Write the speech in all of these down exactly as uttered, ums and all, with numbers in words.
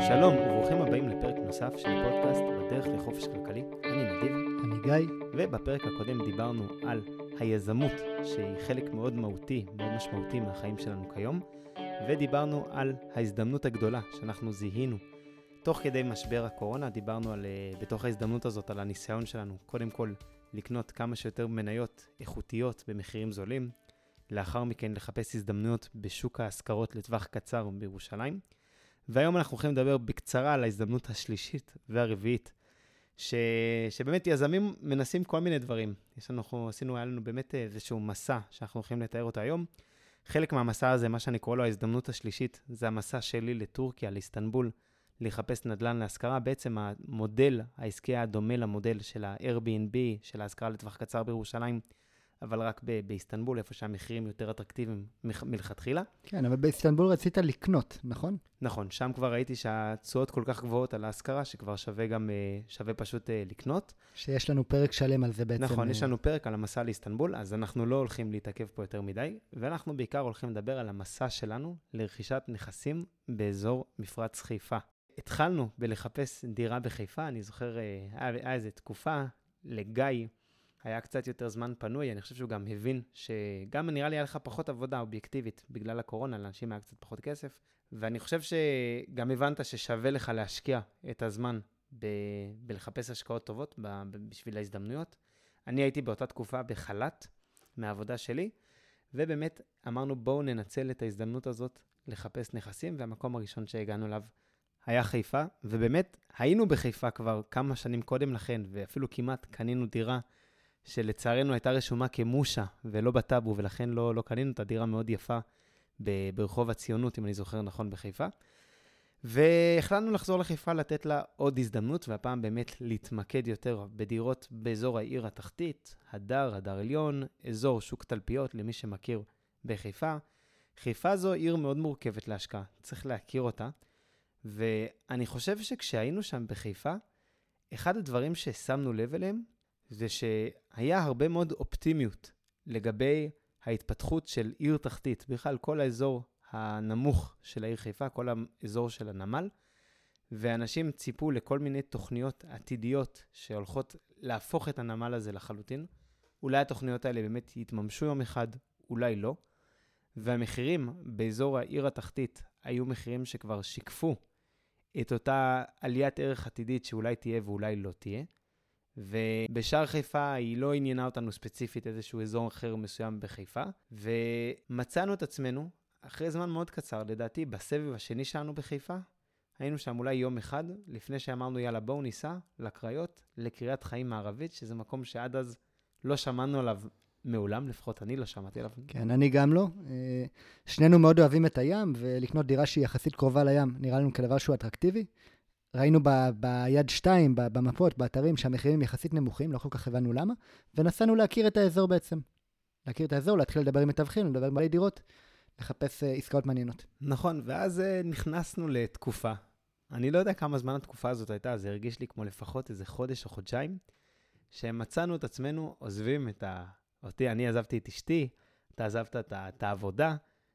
שלום וברוכים הבאים לפרק נוסף של פודקאסט בדרך לחופש כלכלי. אני נדיב. אני גיא. ובפרק הקודם דיברנו על היזמות, שהיא חלק מאוד מהותי, מאוד משמעותי מהחיים שלנו כיום, ודיברנו על ההזדמנות הגדולה שאנחנו זיהינו. תוך כדי משבר הקורונה דיברנו על, בתוך ההזדמנות הזאת על הניסיון שלנו, קודם כל לקנות כמה שיותר מניות איכותיות במחירים זולים, לאחר מכן לחפש הזדמנויות בשוק ההשכרות לטווח קצר בירושלים, והיום אנחנו הולכים לדבר בקצרה על ההזדמנות השלישית והרביעית, ש... שבאמת יזמים מנסים כל מיני דברים. יש לנו, עשינו, היה לנו באמת איזשהו מסע שאנחנו הולכים לתאר אותו היום. חלק מהמסע הזה, מה שאני קורא לו ההזדמנות השלישית, זה המסע שלי לטורקיה, לאיסטנבול, לחפש נדל"ן להשכרה. בעצם המודל העסקי הדומה למודל של ה-Airbnb, של ההשכרה לטווח קצר בירושלים, אבל רק ב- באיסטנבול, איפה שהמחירים יותר אטרקטיביים מ- מלכתחילה. כן, אבל באיסטנבול רצית לקנות, נכון? נכון, שם כבר ראיתי שהתשואות כל כך גבוהות על ההשכרה, שכבר שווה גם, שווה פשוט לקנות. שיש לנו פרק שלם על זה בעצם. נכון, יש לנו פרק על המסע לאיסטנבול, אז אנחנו לא הולכים להתעכב פה יותר מדי, ואנחנו בעיקר הולכים לדבר על המסע שלנו לרכישת נכסים באזור מפרץ חיפה. התחלנו בלחפש דירה בחיפה, אני זוכר, היה, היה איזו תקופה לגיא, היה קצת יותר זמן פנוי, אני חושב שהוא גם הבין שגם נראה לי היה לך פחות עבודה אובייקטיבית בגלל הקורונה, לאנשים היה קצת פחות כסף, ואני חושב שגם הבנת ששווה לך להשקיע את הזמן ב- בלחפש השקעות טובות ב- בשביל ההזדמנויות. אני הייתי באותה תקופה בחל"ת מהעבודה שלי, ובאמת אמרנו בואו ננצל את ההזדמנות הזאת לחפש נכסים, והמקום הראשון שהגענו אליו היה חיפה, ובאמת היינו בחיפה כבר כמה שנים קודם לכן, ואפילו כמעט קנינו דירה שלצערנו הייתה רשומה כמושה ולא בטאבו, ולכן לא, לא קנינו את הדירה מאוד יפה ברחוב הציונות, אם אני זוכר נכון, בחיפה. והחלטנו לחזור לחיפה, לתת לה עוד הזדמנות, והפעם באמת להתמקד יותר בדירות באזור העיר התחתית, הדר, הדר עליון, אזור שוק תלפיות, למי שמכיר בחיפה. חיפה זו עיר מאוד מורכבת להשקעה, צריך להכיר אותה, ואני חושב שכשהיינו שם בחיפה, אחד הדברים ששמנו לב אליהם, זה שהיה הרבה מאוד אופטימיות לגבי ההתפתחות של עיר תחתית, בכלל כל האזור הנמוך של העיר חיפה, כל האזור של הנמל, ואנשים ציפו לכל מיני תוכניות עתידיות שהולכות להפוך את הנמל הזה לחלוטין. אולי התוכניות האלה באמת יתממשו יום אחד, אולי לא. והמחירים באזור העיר התחתית היו מחירים שכבר שיקפו את אותה עליית ערך עתידית שאולי תהיה ואולי לא תהיה. ובשאר חיפה היא לא עניינה אותנו ספציפית איזשהו אזור אחר מסוים בחיפה, ומצאנו את עצמנו אחרי זמן מאוד קצר, לדעתי בסבב השני שלנו בחיפה, היינו שם אולי יום אחד, לפני שאמרנו יאללה בואו ניסע לקריות, לקריית חיים מערבית, שזה מקום שעד אז לא שמענו עליו מעולם, לפחות אני לא שמעתי עליו. כן, אני גם לא. שנינו מאוד אוהבים את הים, ולקנות דירה שהיא יחסית קרובה לים, נראה לנו כדבר שהוא אטרקטיבי. ראינו ב- ביד שתיים, ב- במפות, באתרים, שהמחירים יחסית נמוכים, לא כל כך הבנו למה, ונסענו להכיר את האזור בעצם. להכיר את האזור, להתחיל לדבר עם מתווכים, לדבר עם בעלי דירות, לחפש uh, עסקאות מעניינות. נכון, ואז uh, נכנסנו לתקופה. אני לא יודע כמה זמן התקופה הזאת הייתה, זה הרגיש לי כמו לפחות איזה חודש או חודשיים, שמצאנו את עצמנו, עוזבים את ה... אותי, אני עזבתי את אשתי, אתה עזבת את, את העבודה,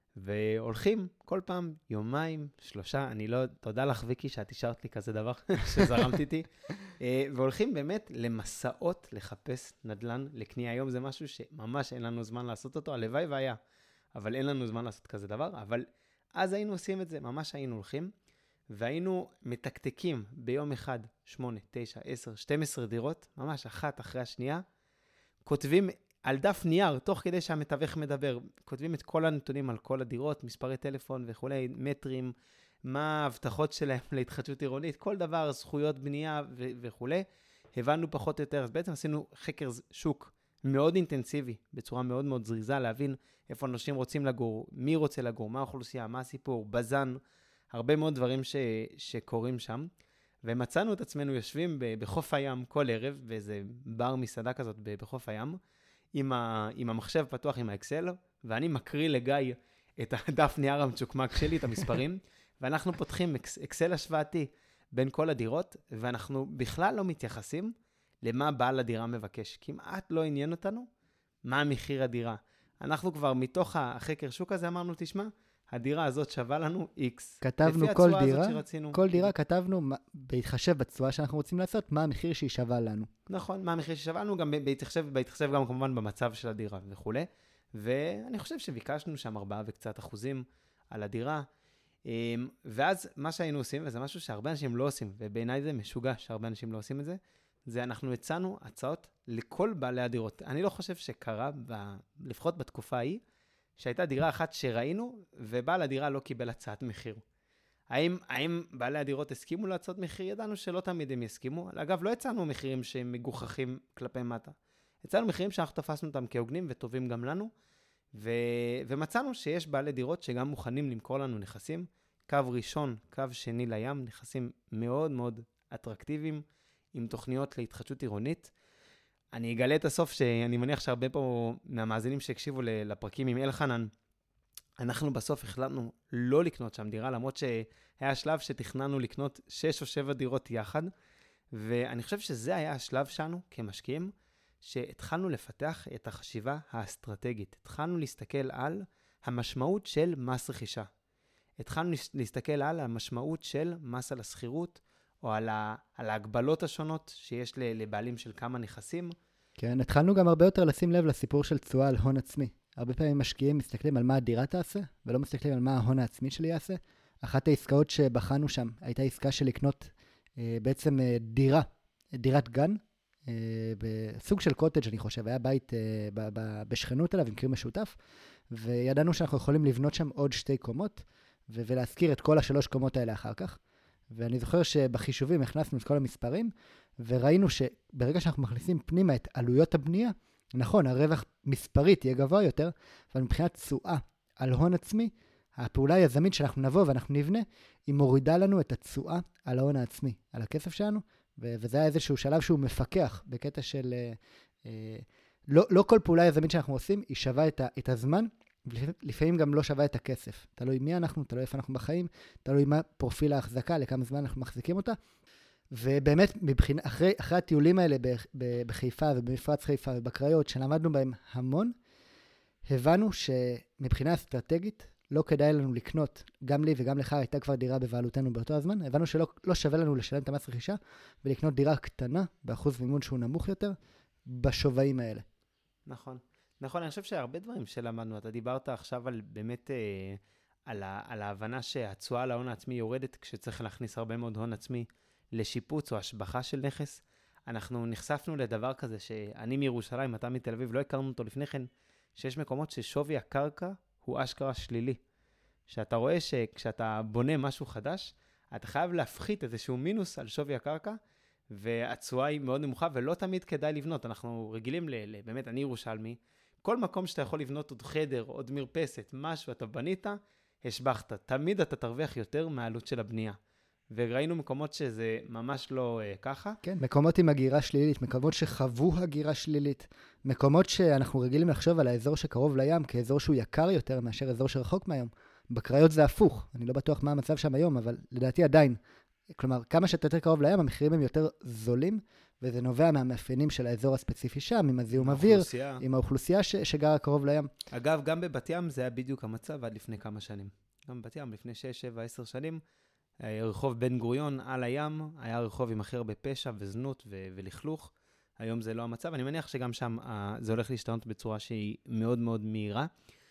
והולכים כל פעם יומיים, שלושה, אני לא, תודה לך ויקי שאת השארת לי כזה דבר שזרמת איתי, והולכים באמת למסעות לחפש נדל"ן לקנייה. היום זה משהו שממש אין לנו זמן לעשות אותו, הלוואי והיה, אבל אין לנו זמן לעשות כזה דבר, אבל אז היינו עושים את זה, ממש היינו הולכים, והיינו מתקתקים ביום אחד, שמונה, תשע, עשר, שתים עשרה דירות, ממש אחת אחרי השנייה, כותבים על דף נייר, תוך כדי שהמתווך מדבר, כותבים את כל הנתונים על כל הדירות, מספרי טלפון וכולי, מטרים, מה ההבטחות שלהם להתחדשות עירונית, כל דבר, זכויות בנייה ו- וכולי. הבנו פחות או יותר, אז בעצם עשינו חקר שוק מאוד אינטנסיבי, בצורה מאוד מאוד זריזה, להבין איפה אנשים רוצים לגור, מי רוצה לגור, מה האוכלוסייה, מה הסיפור, בזן, הרבה מאוד דברים ש- שקורים שם. ומצאנו את עצמנו יושבים בחוף הים כל ערב, באיזה בר מסעדה כזאת בחוף הים, עם, ה, עם המחשב פתוח עם האקסל, ואני מקריא לגיא את הדף נייר המצ'וקמק שלי, את המספרים, ואנחנו פותחים אקס, אקסל השוואתי בין כל הדירות, ואנחנו בכלל לא מתייחסים למה בעל הדירה מבקש. כמעט לא עניין אותנו מה מחיר הדירה. אנחנו כבר מתוך החקר שוק הזה אמרנו, תשמע, הדירה הזאת שווה לנו X. כתבנו כל דירה, כל דירה כתבנו, בהתחשב בתשואה שאנחנו רוצים לעשות, מה המחיר שהיא שווה לנו. נכון, מה המחיר ששווה לנו, גם בהתחשב, בהתחשב גם כמובן במצב של הדירה וכו'. ואני חושב שביקשנו שם ארבעה וקצת אחוזים על הדירה. ואז מה שהיינו עושים, וזה משהו שהרבה אנשים לא עושים, ובעיניי זה משוגע שהרבה אנשים לא עושים את זה, זה אנחנו הצענו הצעות לכל בעלי הדירות. אני לא חושב שקרה, ב... לפחות בתקופה ההיא, שהייתה דירה אחת שראינו, ובעל הדירה לא קיבל הצעת מחיר. האם, האם בעלי הדירות הסכימו להצעות מחיר? ידענו שלא תמיד הם יסכימו. אגב, לא הצענו מחירים שהם מגוחכים כלפי מטה. הצענו מחירים שאנחנו תפסנו אותם כהוגנים וטובים גם לנו, ו... ומצאנו שיש בעלי דירות שגם מוכנים למכור לנו נכסים, קו ראשון, קו שני לים, נכסים מאוד מאוד אטרקטיביים, עם תוכניות להתחדשות עירונית. אני אגלה את הסוף שאני מניח שהרבה פה מהמאזינים שהקשיבו לפרקים עם אלחנן, אנחנו בסוף החלטנו לא לקנות שם דירה, למרות שהיה שלב שתכננו לקנות שש או שבע דירות יחד, ואני חושב שזה היה השלב שלנו כמשקיעים, שהתחלנו לפתח את החשיבה האסטרטגית. התחלנו להסתכל על המשמעות של מס רכישה. התחלנו להסתכל על המשמעות של מס על הסחירות, או על, ה, על ההגבלות השונות שיש לבעלים של כמה נכסים. כן, התחלנו גם הרבה יותר לשים לב לסיפור של תשואה על הון עצמי. הרבה פעמים משקיעים מסתכלים על מה הדירה תעשה, ולא מסתכלים על מה ההון העצמי שלי יעשה. אחת העסקאות שבחנו שם, הייתה עסקה של לקנות אה, בעצם אה, דירה, דירת גן, אה, בסוג של קוטג' אני חושב, היה בית אה, ב, ב, בשכנות עליו עם קיר משותף, וידענו שאנחנו יכולים לבנות שם עוד שתי קומות, ו- ולהזכיר את כל השלוש קומות האלה אחר כך. ואני זוכר שבחישובים הכנסנו את כל המספרים, וראינו שברגע שאנחנו מכניסים פנימה את עלויות הבנייה, נכון, הרווח מספרית יהיה גבוה יותר, אבל מבחינת תשואה על הון עצמי, הפעולה היזמית שאנחנו נבוא ואנחנו נבנה, היא מורידה לנו את התשואה על ההון העצמי, על הכסף שלנו, ו- וזה היה איזשהו שלב שהוא מפקח בקטע של... אה, אה, לא, לא כל פעולה יזמית שאנחנו עושים, היא שווה את, ה- את הזמן, לפעמים גם לא שווה את הכסף. תלוי מי אנחנו, תלוי איפה אנחנו בחיים, תלוי מה פרופיל ההחזקה, לכמה זמן אנחנו מחזיקים אותה. ובאמת, מבחינה, אחרי, אחרי הטיולים האלה בחיפה ובמפרץ חיפה ובקריות, שלמדנו בהם המון, הבנו שמבחינה אסטרטגית, לא כדאי לנו לקנות, גם לי וגם לך הייתה כבר דירה בבעלותנו באותו הזמן, הבנו שלא לא שווה לנו לשלם את המס רכישה, ולקנות דירה קטנה, באחוז מימון שהוא נמוך יותר, בשווים האלה. נכון. נכון, אני חושב שהרבה דברים שלמדנו, אתה דיברת עכשיו על באמת, אה, על, ה, על ההבנה שהתשואה להון העצמי יורדת, כשצריך להכניס הרבה מאוד הון עצמי לשיפוץ או השבחה של נכס. אנחנו נחשפנו לדבר כזה שאני מירושלים, אתה מתל אביב, לא הכרנו אותו לפני כן, שיש מקומות ששווי הקרקע הוא אשכרה שלילי. שאתה רואה שכשאתה בונה משהו חדש, אתה חייב להפחית איזשהו מינוס על שווי הקרקע, והתשואה היא מאוד נמוכה, ולא תמיד כדאי לבנות. אנחנו רגילים ל... ל באמת, אני ירושלמי, כל מקום שאתה יכול לבנות עוד חדר, עוד מרפסת, משהו, אתה בנית, השבחת. תמיד אתה תרוויח יותר מהעלות של הבנייה. וראינו מקומות שזה ממש לא uh, ככה. כן, מקומות עם הגירה שלילית, מקומות שחוו הגירה שלילית, מקומות שאנחנו רגילים לחשוב על האזור שקרוב לים, כאזור שהוא יקר יותר מאשר אזור שרחוק מהיום. בקריות זה הפוך, אני לא בטוח מה המצב שם היום, אבל לדעתי עדיין. כלומר, כמה שאתה יותר קרוב לים, המחירים הם יותר זולים, וזה נובע מהמאפיינים של האזור הספציפי שם, עם הזיהום אוויר, עם האוכלוסייה ש- שגרה קרוב לים. אגב, גם בבת ים זה היה בדיוק המצב עד לפני כמה שנים. גם בבת ים, לפני שש, שבע, עשר שנים, רחוב בן גוריון על הים, היה רחוב עם הכי הרבה פשע וזנות ו- ולכלוך. היום זה לא המצב. אני מניח שגם שם uh, זה הולך להשתנות בצורה שהיא מאוד מאוד מהירה.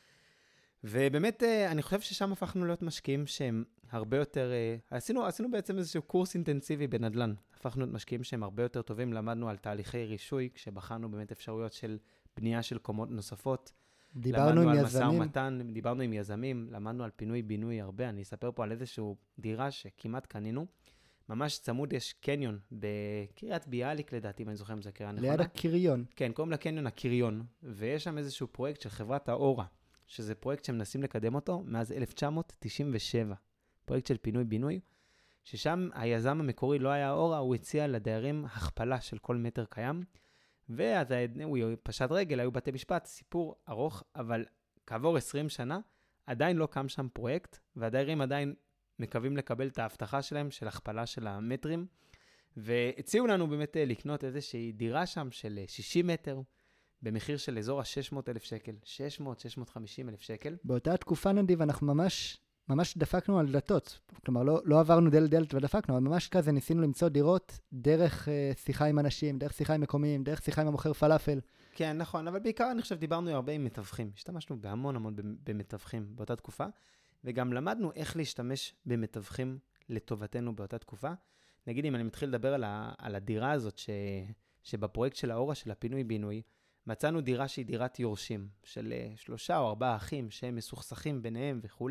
ובאמת, uh, אני חושב ששם הפכנו להיות משקיעים שהם הרבה יותר... Uh, עשינו, עשינו בעצם איזשהו קורס אינטנסיבי בנדל"ן. הפכנו להיות משקיעים שהם הרבה יותר טובים. למדנו על תהליכי רישוי, כשבחנו באמת אפשרויות של בנייה של קומות נוספות. דיברנו עם יזמים. למדנו על משא ומתן, דיברנו עם יזמים, למדנו על פינוי-בינוי הרבה. אני אספר פה על איזשהו דירה שכמעט קנינו. ממש צמוד יש קניון בקריית ביאליק, לדעתי, אם אני זוכר אם זה קריאה נכונה. ליד הקריון. כן, קוראים לקניון הקריון, ויש שם איזשהו פרויקט של חברת האורה, שזה פרויקט שמנסים לקדם אותו מאז אלף תשע מאות תשעים ושבע. פרויקט של פינוי-בינוי, ששם היזם המקורי לא היה האורה, הוא הציע לדיירים הכפלה של כל מטר קיים, ואז הוא פשט רגל, היו בתי משפט, סיפור ארוך, אבל כעבור עשרים שנה, עדיין לא קם שם פרויקט, והדיירים עדיין מקווים לקבל את ההבטחה שלהם, של הכפלה של המטרים, והציעו לנו באמת לקנות איזושהי דירה שם של שישים מטר, במחיר של אזור ה-שש מאות אלף שקל, שש מאות עד שש מאות וחמישים אלף שקל. באותה תקופה נדיב, אנחנו ממש, ממש דפקנו על דלתות. כלומר, לא, לא עברנו דלת דלת ודפקנו, אבל ממש כזה ניסינו למצוא דירות דרך אה, שיחה עם אנשים, דרך שיחה עם מקומיים, דרך שיחה עם המוכר פלאפל. כן, נכון, אבל בעיקר אני חושב דיברנו הרבה עם מתווכים. השתמשנו בהמון המון במתווכים באותה תקופה, וגם למדנו איך להשתמש במתווכים לטובתנו באותה תקופה. נגיד, אם אני מתחיל לדבר על, ה, על הדירה הזאת ש, שבפרויקט של האורה, של הפינוי-בינוי, מצאנו דירה שהיא דירת יורשים, של שלושה או ארבעה אחים שהם מסוכסכים ביניהם וכו'.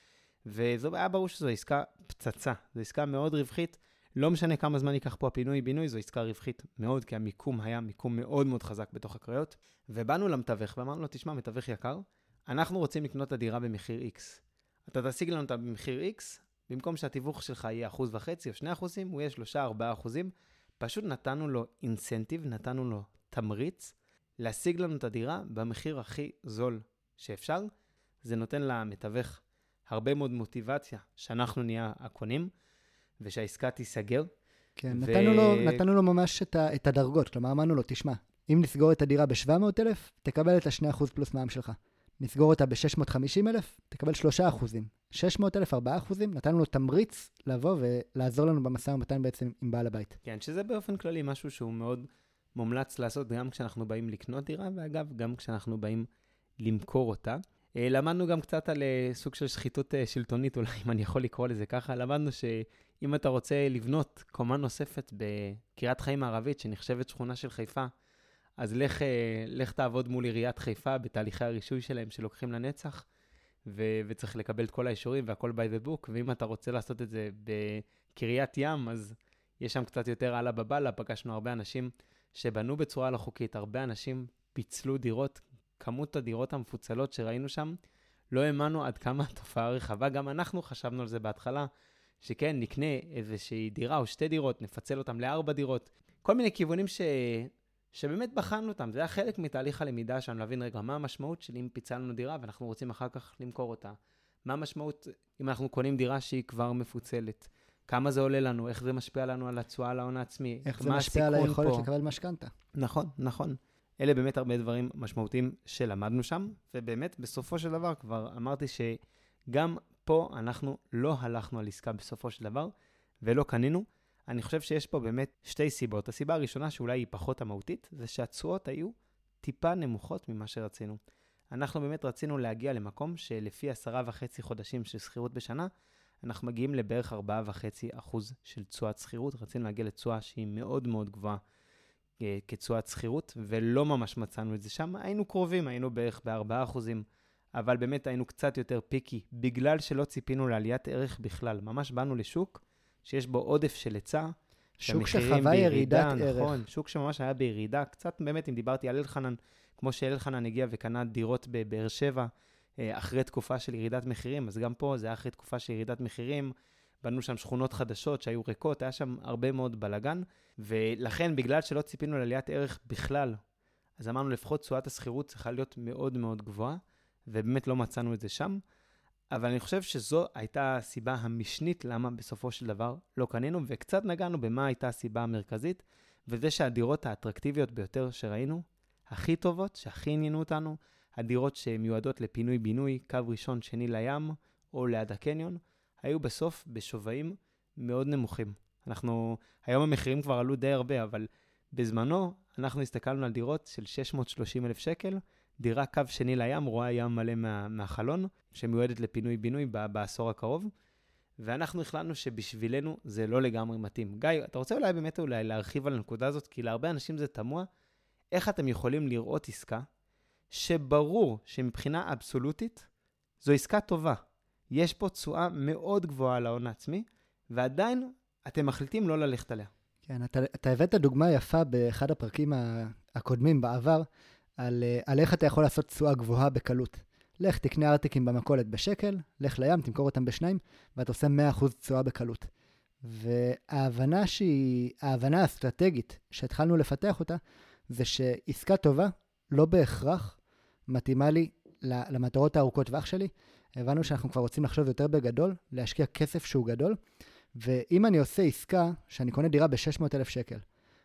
וזו היה ברור שזו עסקה פצצה, זו עסקה מאוד רווחית, לא משנה כמה זמן ייקח פה הפינוי-בינוי, זו עסקה רווחית מאוד, כי המיקום היה מיקום מאוד מאוד חזק בתוך הקריות, ובאנו למתווך ואמרנו לו, תשמע, מתווך יקר, אנחנו רוצים לקנות את הדירה במחיר X. אתה תשיג לנו אותה במחיר X, במקום שהתיווך שלך יהיה אחוז וחצי או שני אחוזים, הוא יהיה שלושה, ארבעה אחוזים, פשוט נתנו לו אינסנטיב, נתנו לו תמריץ, להשיג לנו את הדירה במחיר הכי זול שאפשר. זה נותן למתווך הרבה מאוד מוטיבציה שאנחנו נהיה הקונים, ושהעסקה תיסגר. כן, ו... נתנו, לו, נתנו לו ממש את, ה, את הדרגות. כלומר, אמרנו לו, תשמע, אם נסגור את הדירה ב-שבע מאות אלף, תקבל את ה-שני אחוז פלוס מע"מ שלך. נסגור אותה ב-שש מאות וחמישים אלף, תקבל שלושה אחוזים. שש מאות אלף, ארבעה אחוזים, נתנו לו תמריץ לבוא ולעזור לנו במשא ומתן בעצם עם בעל הבית. כן, שזה באופן כללי משהו שהוא מאוד מומלץ לעשות גם כשאנחנו באים לקנות דירה, ואגב, גם כשאנחנו באים למכור אותה. למדנו גם קצת על סוג של שחיתות שלטונית, אולי אם אני יכול לקרוא לזה ככה. למדנו שאם אתה רוצה לבנות קומה נוספת בקריית חיים הערבית, שנחשבת שכונה של חיפה, אז לך, לך תעבוד מול עיריית חיפה בתהליכי הרישוי שלהם שלוקחים לנצח, ו- וצריך לקבל את כל האישורים והכל by the book, ואם אתה רוצה לעשות את זה בקריית ים, אז יש שם קצת יותר הלאה בבאללה. פגשנו הרבה אנשים שבנו בצורה לא חוקית, הרבה אנשים פיצלו דירות, כמות הדירות המפוצלות שראינו שם, לא האמנו עד כמה התופעה רחבה. גם אנחנו חשבנו על זה בהתחלה, שכן, נקנה איזושהי דירה או שתי דירות, נפצל אותם לארבע דירות, כל מיני כיוונים ש... שבאמת בחנו אותם. זה היה חלק מתהליך הלמידה שלנו, להבין רגע מה המשמעות של אם פיצלנו דירה ואנחנו רוצים אחר כך למכור אותה. מה המשמעות אם אנחנו קונים דירה שהיא כבר מפוצלת? כמה זה עולה לנו? איך זה משפיע לנו על התשואה על ההון העצמי? איך זה משפיע על היכולת לקבל משכנתה? נכון, נכון. אלה באמת הרבה דברים משמעותיים שלמדנו שם, ובאמת בסופו של דבר כבר אמרתי שגם פה אנחנו לא הלכנו על עסקה בסופו של דבר, ולא קנינו. אני חושב שיש פה באמת שתי סיבות. הסיבה הראשונה שאולי היא פחות המהותית, זה שהתשואות היו טיפה נמוכות ממה שרצינו. אנחנו באמת רצינו להגיע למקום שלפי עשרה וחצי חודשים של שכירות בשנה, אנחנו מגיעים לבערך ארבעה וחצי אחוז של תשואת שכירות. רצינו להגיע לתשואה שהיא מאוד מאוד גבוהה כתשואת שכירות, ולא ממש מצאנו את זה שם. היינו קרובים, היינו בערך בארבעה אחוזים, אבל באמת היינו קצת יותר פיקי, בגלל שלא ציפינו לעליית ערך בכלל. ממש באנו לשוק שיש בו עודף של היצע, שוק שחווה ירידת ערך. נכון, שוק שממש היה בירידה. קצת באמת, אם דיברתי על אלחנן, כמו שאלחנן הגיע וקנה דירות בבאר שבע, אחרי תקופה של ירידת מחירים, אז גם פה זה היה אחרי תקופה של ירידת מחירים, בנו שם שכונות חדשות שהיו ריקות, היה שם הרבה מאוד בלגן, ולכן בגלל שלא ציפינו לעליית ערך בכלל, אז אמרנו לפחות תשואת השכירות צריכה להיות מאוד מאוד גבוהה, ובאמת לא מצאנו את זה שם, אבל אני חושב שזו הייתה הסיבה המשנית למה בסופו של דבר לא קנינו, וקצת נגענו במה הייתה הסיבה המרכזית, וזה שהדירות האטרקטיביות ביותר שראינו, הכי טובות, שהכי עניינו אותנו, הדירות שמיועדות לפינוי-בינוי, קו ראשון שני לים, או ליד הקניון, היו בסוף בשווים מאוד נמוכים. אנחנו, היום המחירים כבר עלו די הרבה, אבל בזמנו אנחנו הסתכלנו על דירות של שש מאות ושלושים אלף שקל, דירה קו שני לים, רואה ים מלא מה, מהחלון, שמיועדת לפינוי-בינוי בעשור הקרוב, ואנחנו החלטנו שבשבילנו זה לא לגמרי מתאים. גיא, אתה רוצה אולי באמת אולי להרחיב על הנקודה הזאת, כי להרבה אנשים זה תמוה, איך אתם יכולים לראות עסקה, שברור שמבחינה אבסולוטית, זו עסקה טובה. יש פה תשואה מאוד גבוהה על ההון העצמי, ועדיין אתם מחליטים לא ללכת עליה. כן, אתה, אתה הבאת דוגמה יפה באחד הפרקים הקודמים בעבר, על, על איך אתה יכול לעשות תשואה גבוהה בקלות. לך תקנה ארטיקים במכולת בשקל, לך לים, תמכור אותם בשניים, ואתה עושה מאה אחוז תשואה בקלות. וההבנה שהיא, ההבנה האסטרטגית שהתחלנו לפתח אותה, זה שעסקה טובה לא בהכרח מתאימה לי למטרות הארוכות טווח שלי. הבנו שאנחנו כבר רוצים לחשוב יותר בגדול, להשקיע כסף שהוא גדול, ואם אני עושה עסקה שאני קונה דירה ב-שש מאות אלף שקל,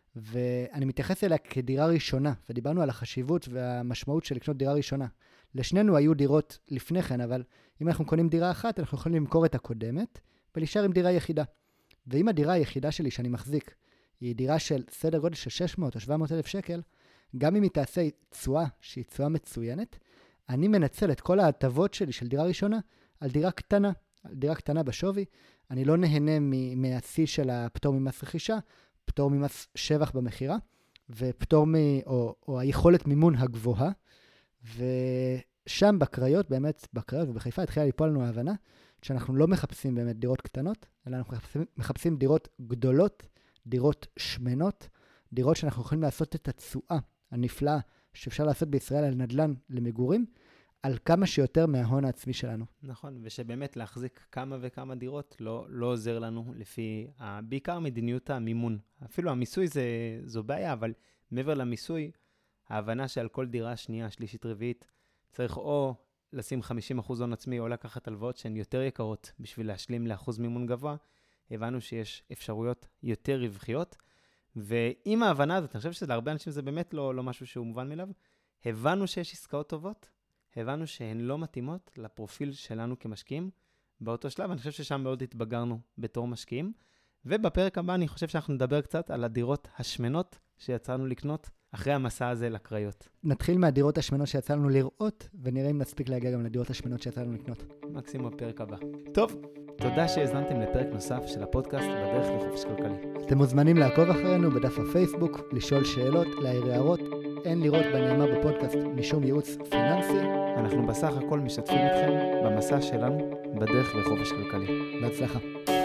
ואני מתייחס אליה כדירה ראשונה, ודיברנו על החשיבות והמשמעות של לקנות דירה ראשונה. לשנינו היו דירות לפני כן, אבל אם אנחנו קונים דירה אחת, אנחנו יכולים למכור את הקודמת, ולהישאר עם דירה יחידה. ואם הדירה היחידה שלי שאני מחזיק, היא דירה של סדר גודל של שש מאות או שבע מאות אלף שקל, גם אם היא תעשה תשואה שהיא תשואה מצוינת, אני מנצל את כל ההטבות שלי של דירה ראשונה על דירה קטנה, על דירה קטנה בשווי. אני לא נהנה מהשיא של הפטור ממס רכישה, פטור ממס שבח במחירה, ופטור מ... או, או היכולת מימון הגבוהה, ושם בקריות, באמת בקריות ובחיפה התחילה ליפול לנו ההבנה, שאנחנו לא מחפשים באמת דירות קטנות, אלא אנחנו מחפשים, מחפשים דירות גדולות, דירות שמנות, דירות שאנחנו יכולים לעשות את התשואה הנפלאה שאפשר לעשות בישראל על נדל"ן למגורים, על כמה שיותר מההון העצמי שלנו. נכון, ושבאמת להחזיק כמה וכמה דירות לא, לא עוזר לנו לפי, בעיקר מדיניות המימון. אפילו המיסוי זה, זו בעיה, אבל מעבר למיסוי, ההבנה שעל כל דירה שנייה, שלישית, רביעית, צריך או לשים חמישים אחוז הון עצמי, או לקחת הלוואות שהן יותר יקרות בשביל להשלים לאחוז מימון גבוה, הבנו שיש אפשרויות יותר רווחיות, ועם ההבנה הזאת, אני חושב שלהרבה אנשים זה באמת לא, לא משהו שהוא מובן מאליו, הבנו שיש עסקאות טובות, הבנו שהן לא מתאימות לפרופיל שלנו כמשקיעים באותו שלב. אני חושב ששם מאוד התבגרנו בתור משקיעים, ובפרק הבא אני חושב שאנחנו נדבר קצת על הדירות השמנות שיצרנו לקנות אחרי המסע הזה לקריות. נתחיל מהדירות השמנות שיצרנו לראות, ונראה אם נספיק להגיע גם לדירות השמנות שיצרנו לקנות. מקסימום בפרק הבא. טוב, תודה שהזנתם לפרק נוסף של הפודקאסט בדרך לחופש כלכלי. אתם מוזמנים לעקוב אחרינו בדף הפייסבוק, לשאול שאלות, להעיר הערות. אין לראות בנאמר בפודקאסט משום ייעוץ פיננסי. אנחנו בסך הכל משתפים אתכם במסע שלנו בדרך לחופש כלכלי. בהצלחה.